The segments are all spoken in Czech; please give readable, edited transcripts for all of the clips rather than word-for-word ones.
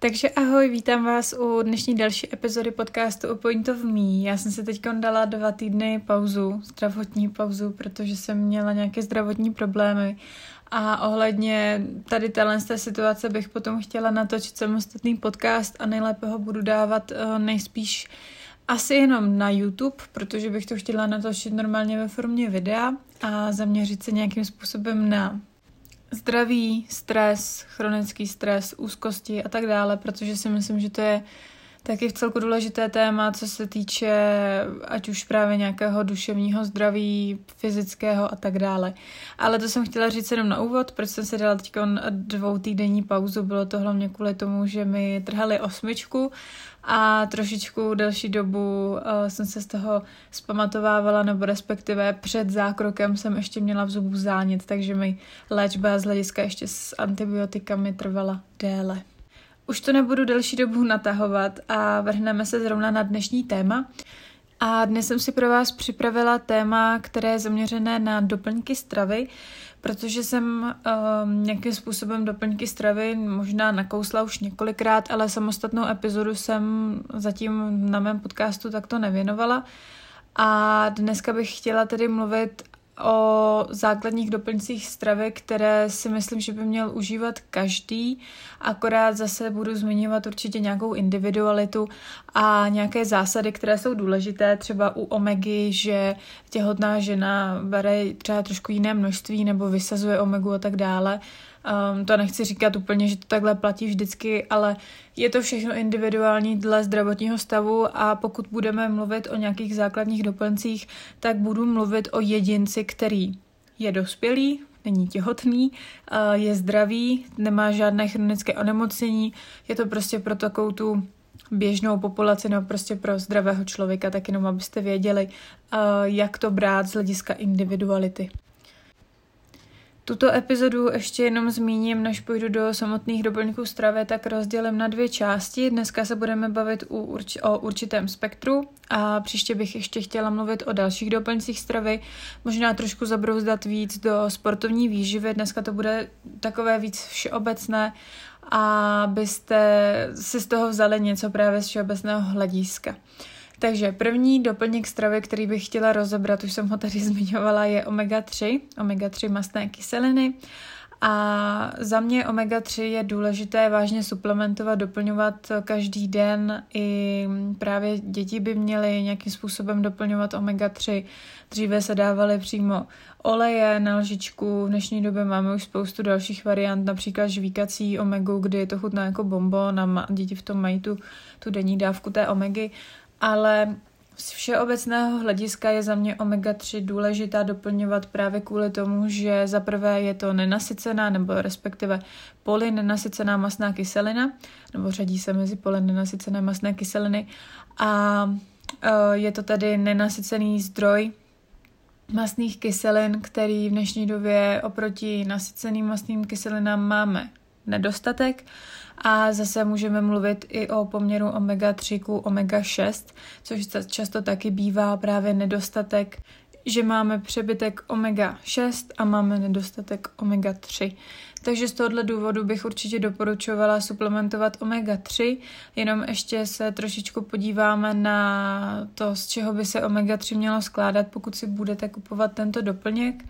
Takže ahoj, vítám vás u dnešní další epizody podcastu A Point of Me. Já jsem si teď dala 2 týdny pauzu, zdravotní pauzu, protože jsem měla nějaké zdravotní problémy a ohledně tady té situace bych potom chtěla natočit samostatný podcast a nejlépe ho budu dávat nejspíš asi jenom na YouTube, protože bych to chtěla natočit normálně ve formě videa a zaměřit se nějakým způsobem na zdraví, stres, chronický stres, úzkosti a tak dále, protože si myslím, že to je taky v celku důležité téma, co se týče ať už právě nějakého duševního zdraví, fyzického a tak dále. Ale to jsem chtěla říct jenom na úvod, proč jsem si dala teď 2týdenní pauzu. Bylo to hlavně kvůli tomu, že mi trhali 8 a trošičku delší dobu jsem se z toho zpamatovávala, nebo respektive před zákrokem jsem ještě měla v zubu zánět, takže mi léčba z hlediska ještě s antibiotikami trvala déle. Už to nebudu delší dobu natahovat a vrhneme se zrovna na dnešní téma. A dnes jsem si pro vás připravila téma, které je zaměřené na doplňky stravy, protože jsem nějakým způsobem doplňky stravy možná nakousla už několikrát, ale samostatnou epizodu jsem zatím na mém podcastu takto nevěnovala. A dneska bych chtěla tedy mluvit o základních doplňcích stravy, které si myslím, že by měl užívat každý, akorát zase budu zmiňovat určitě nějakou individualitu a nějaké zásady, které jsou důležité, třeba u omegy, že těhotná žena bere třeba trošku jiné množství nebo vysazuje omegu a tak dále. To nechci říkat úplně, že to takhle platí vždycky, ale je to všechno individuální dle zdravotního stavu a pokud budeme mluvit o nějakých základních doplňcích, tak budu mluvit o jedinci, který je dospělý, není těhotný, je zdravý, nemá žádné chronické onemocnění, je to prostě pro takovou tu běžnou populaci nebo prostě pro zdravého člověka, tak jenom abyste věděli, jak to brát z hlediska individuality. Tuto epizodu ještě jenom zmíním, než půjdu do samotných doplňků stravy, tak rozdělím na 2 části. Dneska se budeme bavit o určitém spektru a příště bych ještě chtěla mluvit o dalších doplňcích stravy, možná trošku zabrouzdat víc do sportovní výživy. Dneska to bude takové víc všeobecné, abyste si z toho vzali něco právě z všeobecného hlediska. Takže první doplněk stravy, který bych chtěla rozebrat, už jsem ho tady zmiňovala, je omega-3 mastné kyseliny. A za mě omega-3 je důležité vážně suplementovat, doplňovat každý den. I právě děti by měly nějakým způsobem doplňovat omega-3. Dříve se dávaly přímo oleje na lžičku, v dnešní době máme už spoustu dalších variant, například žvíkací omegu, kdy to chutná jako bonbon a děti v tom mají tu denní dávku té omegy. Ale z všeobecného hlediska je za mě omega-3 důležitá doplňovat právě kvůli tomu, že za prvé je to nenasycená nebo respektive polynenasycená mastná kyselina, nebo řadí se mezi polynenasycené mastné kyseliny a je to tedy nenasycený zdroj mastných kyselin, který v dnešní době oproti nasyceným mastným kyselinám máme nedostatek. A zase můžeme mluvit i o poměru omega-3 ku omega-6, což často taky bývá právě nedostatek, že máme přebytek omega-6 a máme nedostatek omega-3. Takže z tohohle důvodu bych určitě doporučovala suplementovat omega-3, jenom ještě se trošičku podíváme na to, z čeho by se omega-3 mělo skládat, pokud si budete kupovat tento doplněk.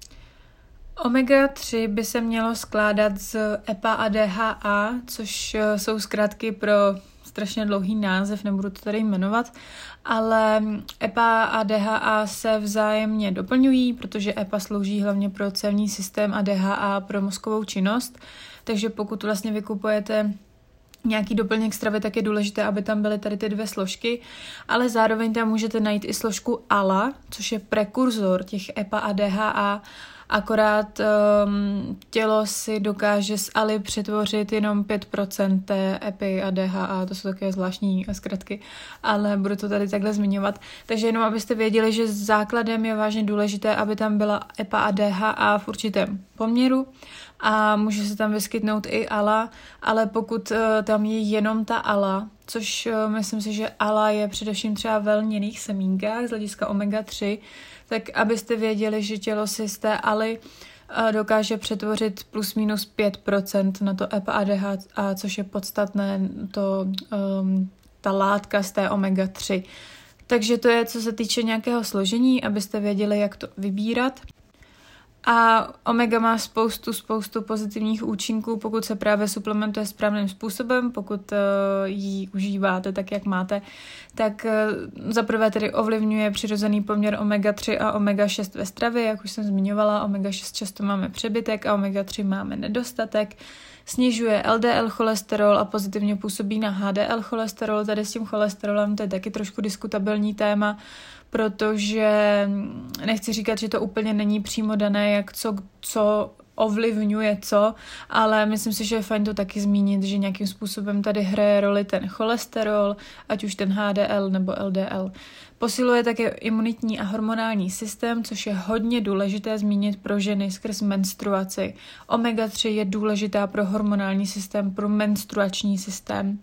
Omega-3 by se mělo skládat z EPA a DHA, což jsou zkrátky pro strašně dlouhý název, nebudu to tady jmenovat, ale EPA a DHA se vzájemně doplňují, protože EPA slouží hlavně pro cévní systém a DHA pro mozkovou činnost, takže pokud vlastně vykupujete nějaký doplněk stravy, tak je důležité, aby tam byly tady ty 2 složky, ale zároveň tam můžete najít i složku ALA, což je prekurzor těch EPA a DHA, akorát tělo si dokáže z ALY přetvořit jenom 5% té EPI a DHA, to jsou také zvláštní zkratky, ale budu to tady takhle zmiňovat. Takže jenom abyste věděli, že základem je vážně důležité, aby tam byla EPA a DHA v určitém poměru a může se tam vyskytnout i ALA, ale pokud tam je jenom ta ALA, což myslím si, že ALA je především třeba ve lněných semínkách z hlediska omega-3, tak abyste věděli, že tělo si z té ALY dokáže přetvořit plus minus 5% na to EPA a DHA, což je podstatné, ta látka z té omega-3. Takže to je, co se týče nějakého složení, abyste věděli, jak to vybírat. A omega má spoustu pozitivních účinků, pokud se právě suplementuje správným způsobem, pokud ji užíváte tak, jak máte, tak zaprvé tedy ovlivňuje přirozený poměr omega-3 a omega-6 ve stravě, jak už jsem zmiňovala, omega-6 často máme přebytek a omega-3 máme nedostatek. Snižuje LDL cholesterol a pozitivně působí na HDL cholesterol. Tady s tím cholesterolem to je taky trošku diskutabilní téma, protože nechci říkat, že to úplně není přímo dané, jak co ovlivňuje co, ale myslím si, že je fajn to taky zmínit, že nějakým způsobem tady hraje roli ten cholesterol, ať už ten HDL nebo LDL. Posiluje také imunitní a hormonální systém, což je hodně důležité zmínit pro ženy skrz menstruaci. Omega-3 je důležitá pro hormonální systém, pro menstruační systém.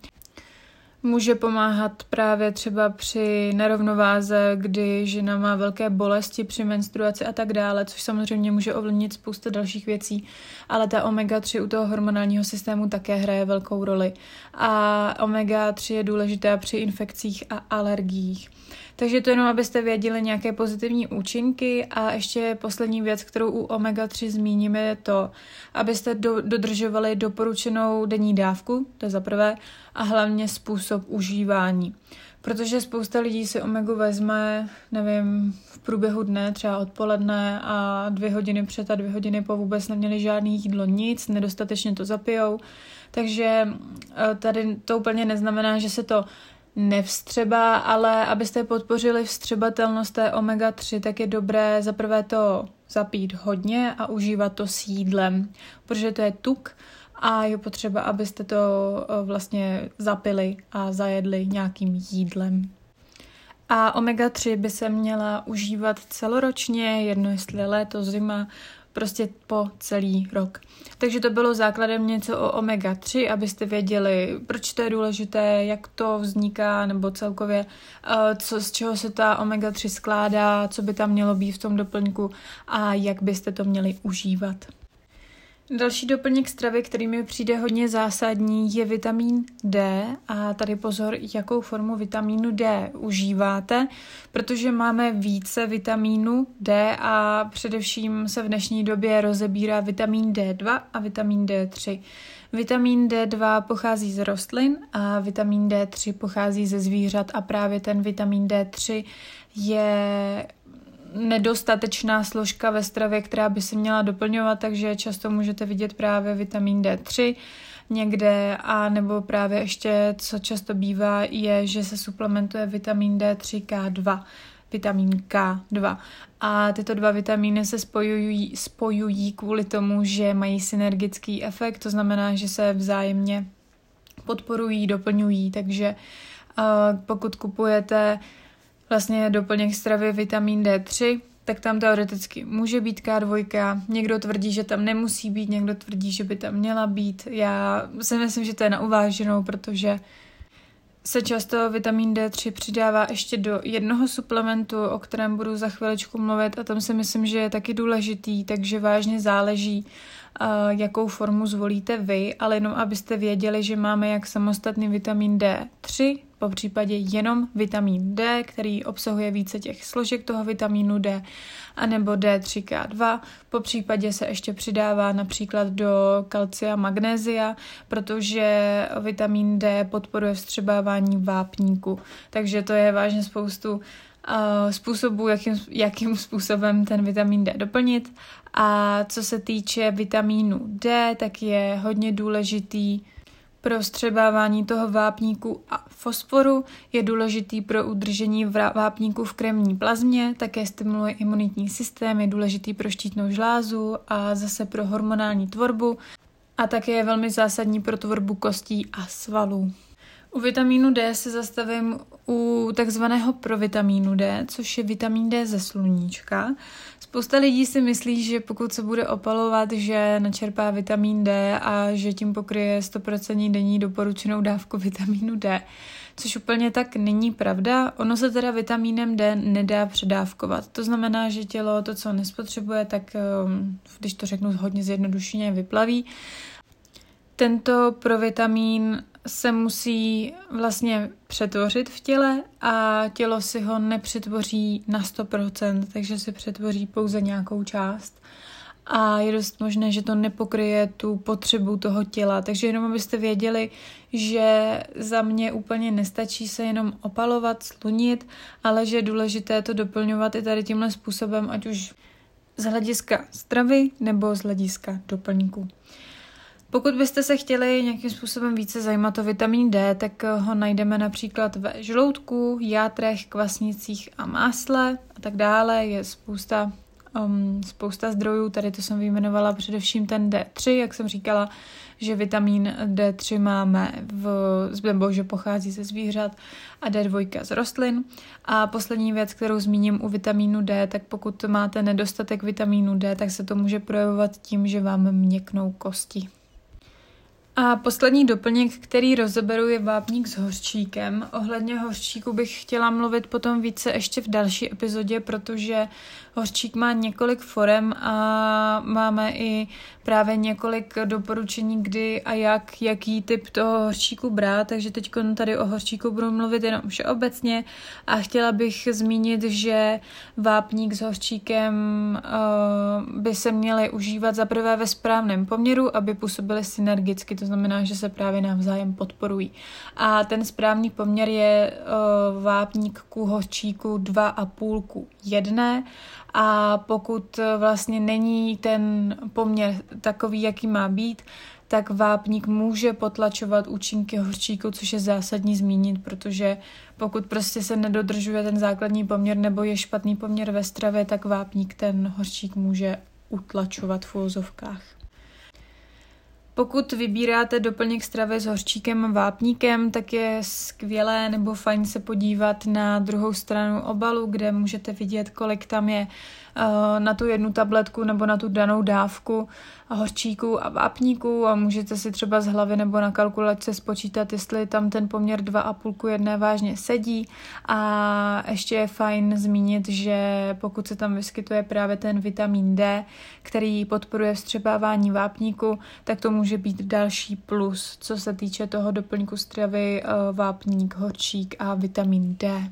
Může pomáhat právě třeba při nerovnováze, kdy žena má velké bolesti při menstruaci a tak dále, což samozřejmě může ovlivnit spousta dalších věcí, ale ta omega-3 u toho hormonálního systému také hraje velkou roli. A omega-3 je důležitá při infekcích a alergiích. Takže to jenom, abyste věděli nějaké pozitivní účinky a ještě poslední věc, kterou u omega-3 zmíníme, je to, abyste dodržovali doporučenou denní dávku, to je za prvé, a hlavně způsob užívání. Protože spousta lidí si omegu vezme, nevím, v průběhu dne, třeba odpoledne a 2 hodiny před a 2 hodiny po vůbec neměli žádné jídlo, nic, nedostatečně to zapijou. Takže tady to úplně neznamená, že se to nevstřebá, ale abyste podpořili vstřebatelnost té omega-3, tak je dobré zaprvé to zapít hodně a užívat to s jídlem, protože to je tuk a je potřeba, abyste to vlastně zapili a zajedli nějakým jídlem. A omega-3 by se měla užívat celoročně, jedno jestli léto, zima, prostě po celý rok. Takže to bylo základem něco o omega-3, abyste věděli, proč to je důležité, jak to vzniká, nebo celkově z čeho se ta omega-3 skládá, co by tam mělo být v tom doplňku a jak byste to měli užívat. Další doplněk stravy, který mi přijde hodně zásadní, je vitamin D a tady pozor, jakou formu vitamínu D užíváte, protože máme více vitamínu D a především se v dnešní době rozebírá vitamin D2 a vitamin D3. Vitamin D2 pochází z rostlin a vitamin D3 pochází ze zvířat a právě ten vitamin D3 je nedostatečná složka ve stravě, která by se měla doplňovat, takže často můžete vidět právě vitamin D3 někde a nebo právě ještě, co často bývá, je, že se suplementuje vitamin D3K2, vitamin K2. A tyto dva vitamíny se spojují kvůli tomu, že mají synergický efekt, to znamená, že se vzájemně podporují, doplňují, takže pokud kupujete vlastně doplněk stravy vitamin D3, tak tam teoreticky může být K2. Někdo tvrdí, že tam nemusí být, někdo tvrdí, že by tam měla být. Já si myslím, že to je na uváženou, protože se často vitamin D3 přidává ještě do jednoho suplementu, o kterém budu za chviličku mluvit a tam si myslím, že je taky důležitý, takže vážně záleží, jakou formu zvolíte vy, ale jenom abyste věděli, že máme jak samostatný vitamin D3, po případě jenom vitamin D, který obsahuje více těch složek toho vitamínu D, anebo D3K2, po případě se ještě přidává například do kalcia, magnézia, protože vitamin D podporuje vstřebávání vápníku, takže to je vážně spoustu způsobů, jakým způsobem ten vitamin D doplnit. A co se týče vitamínu D, tak je hodně důležitý pro vstřebávání toho vápníku a fosforu, je důležitý pro udržení vápníku v krevní plazmě, také stimuluje imunitní systém, je důležitý pro štítnou žlázu a zase pro hormonální tvorbu a také je velmi zásadní pro tvorbu kostí a svalů. U vitamínu D se zastavím u takzvaného provitamínu D, což je vitamin D ze sluníčka. Spousta lidí si myslí, že pokud se bude opalovat, že načerpá vitamin D a že tím pokryje 100% denní doporučenou dávku vitamínu D, což úplně tak není pravda. Ono se teda vitamínem D nedá předávkovat. To znamená, že tělo to, co nespotřebuje, tak když to řeknu hodně zjednodušeně, vyplaví. Tento provitamín se musí vlastně přetvořit v těle a tělo si ho nepřetvoří na 100%, takže si přetvoří pouze nějakou část. A je dost možné, že to nepokryje tu potřebu toho těla. Takže jenom abyste věděli, že za mě úplně nestačí se jenom opalovat, slunit, ale že je důležité to doplňovat i tady tímhle způsobem, ať už z hlediska stravy nebo z hlediska doplňků. Pokud byste se chtěli nějakým způsobem více zajímat o vitamin D, tak ho najdeme například ve žloutku, játrech, kvasnicích a másle a tak dále. Je spousta zdrojů, tady to jsem vyjmenovala především ten D3, jak jsem říkala, že vitamin D3 máme nebo že pochází ze zvířat a D2 z rostlin. A poslední věc, kterou zmíním u vitamínu D, tak pokud máte nedostatek vitamínu D, tak se to může projevovat tím, že vám měknou kosti. A poslední doplněk, který rozeberu, je vápník s hořčíkem. Ohledně hořčíku bych chtěla mluvit potom více ještě v další epizodě, protože hořčík má několik forem a máme i právě několik doporučení, kdy a jaký typ toho hořčíku brát, takže teď tady o hořčíku budu mluvit jenom všeobecně a chtěla bych zmínit, že vápník s hořčíkem by se měly užívat zaprvé ve správném poměru, aby působily synergicky, to znamená, že se právě navzájem podporují. A ten správný poměr je vápník ku hořčíku 2,5 ku 1. A pokud vlastně není ten poměr takový, jaký má být, tak vápník může potlačovat účinky hořčíku, což je zásadní zmínit, protože pokud prostě se nedodržuje ten základní poměr nebo je špatný poměr ve stravě, tak vápník ten hořčík může utlačovat v uvozovkách. Pokud vybíráte doplněk stravy s hořčíkem a vápníkem, tak je skvělé nebo fajn se podívat na druhou stranu obalu, kde můžete vidět, kolik tam je na tu jednu tabletku nebo na tu danou dávku hořčíku a vápníku a můžete si třeba z hlavy nebo na kalkulačce spočítat, jestli tam ten poměr 2,5 ku 1 vážně sedí. A ještě je fajn zmínit, že pokud se tam vyskytuje právě ten vitamin D, který podporuje vstřebávání vápníku, tak to může být další plus, co se týče toho doplňku stravy vápník, hořčík a vitamin D.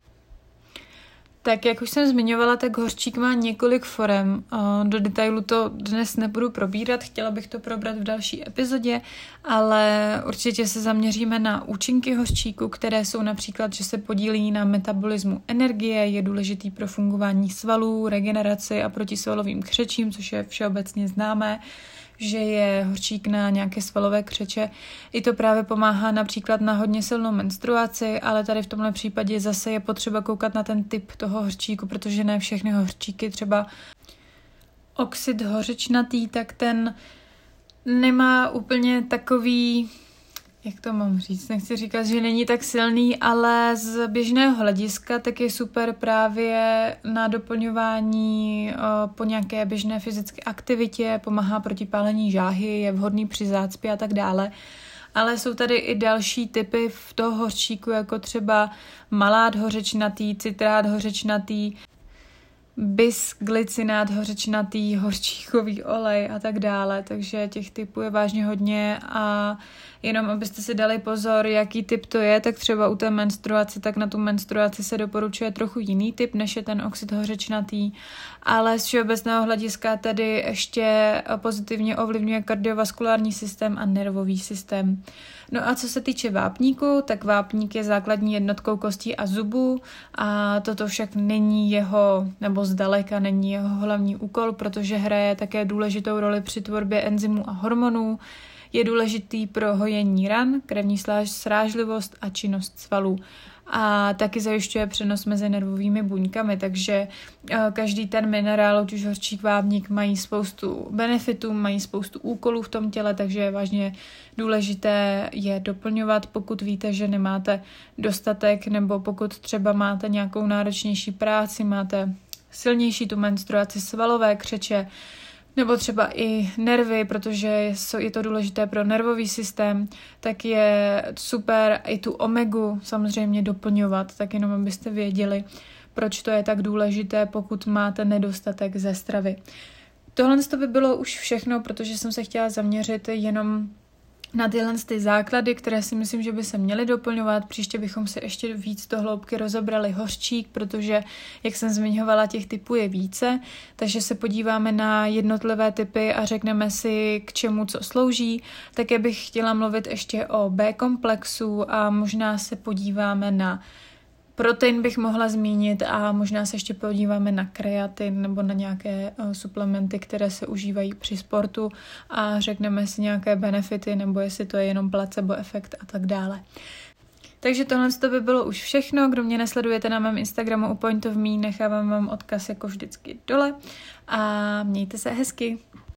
Tak jak už jsem zmiňovala, tak hořčík má několik forem. Do detailu to dnes nebudu probírat, chtěla bych to probrat v další epizodě, ale určitě se zaměříme na účinky hořčíku, které jsou například, že se podílí na metabolismu energie, je důležitý pro fungování svalů, regeneraci a protisvalovým křečím, což je všeobecně známé, že je hořčík na nějaké svalové křeče. I to právě pomáhá například na hodně silnou menstruaci, ale tady v tomhle případě zase je potřeba koukat na ten typ toho hořčíku, protože ne všechny hořčíky, třeba oxid hořečnatý, tak ten nemá úplně takový, jak to mám říct, nechci říkat, že není tak silný, ale z běžného hlediska tak je super právě na doplňování po nějaké běžné fyzické aktivitě, pomáhá proti pálení žáhy, je vhodný při zácpě a tak dále. Ale jsou tady i další typy v toho hořčíku, jako třeba malát hořečnatý, citrát hořečnatý, bisglycinát hořečnatý, hořčíkový olej a tak dále, takže těch typů je vážně hodně a jenom abyste si dali pozor, jaký typ to je, tak třeba u té menstruace, tak na tu menstruaci se doporučuje trochu jiný typ, než je ten oxid hořečnatý, ale z všeobecného hlediska tedy ještě pozitivně ovlivňuje kardiovaskulární systém a nervový systém. No a co se týče vápníku, tak vápník je základní jednotkou kostí a zubů a toto však není jeho, nebo zdaleka není jeho hlavní úkol, protože hraje také důležitou roli při tvorbě enzymů a hormonů, je důležitý pro hojení ran, krevní srážlivost a činnost svalů. a taky zajišťuje přenos mezi nervovými buňkami, takže každý ten minerál, ať už hořčík, vápník, mají spoustu benefitů, mají spoustu úkolů v tom těle, takže je vážně důležité je doplňovat, pokud víte, že nemáte dostatek, nebo pokud třeba máte nějakou náročnější práci, máte silnější tu menstruaci, svalové křeče, nebo třeba i nervy, protože je to důležité pro nervový systém, tak je super i tu omegu samozřejmě doplňovat, tak jenom abyste věděli, proč to je tak důležité, pokud máte nedostatek ze stravy. Tohle by bylo už všechno, protože jsem se chtěla zaměřit jenom na tyhle ty základy, které si myslím, že by se měly doplňovat. Příště bychom se ještě víc do hloubky rozebrali hořčík, protože, jak jsem zmiňovala, těch typů je více, takže se podíváme na jednotlivé typy a řekneme si, k čemu co slouží. Také bych chtěla mluvit ještě o B-komplexu a možná se podíváme na protein bych mohla zmínit a možná se ještě podíváme na kreatin nebo na nějaké suplementy, které se užívají při sportu a řekneme si nějaké benefity nebo jestli to je jenom placebo efekt a tak dále. Takže tohle by bylo už všechno. Kdo mě nesledujete na mém Instagramu u Point of Me, nechávám vám odkaz jako vždycky dole a mějte se hezky.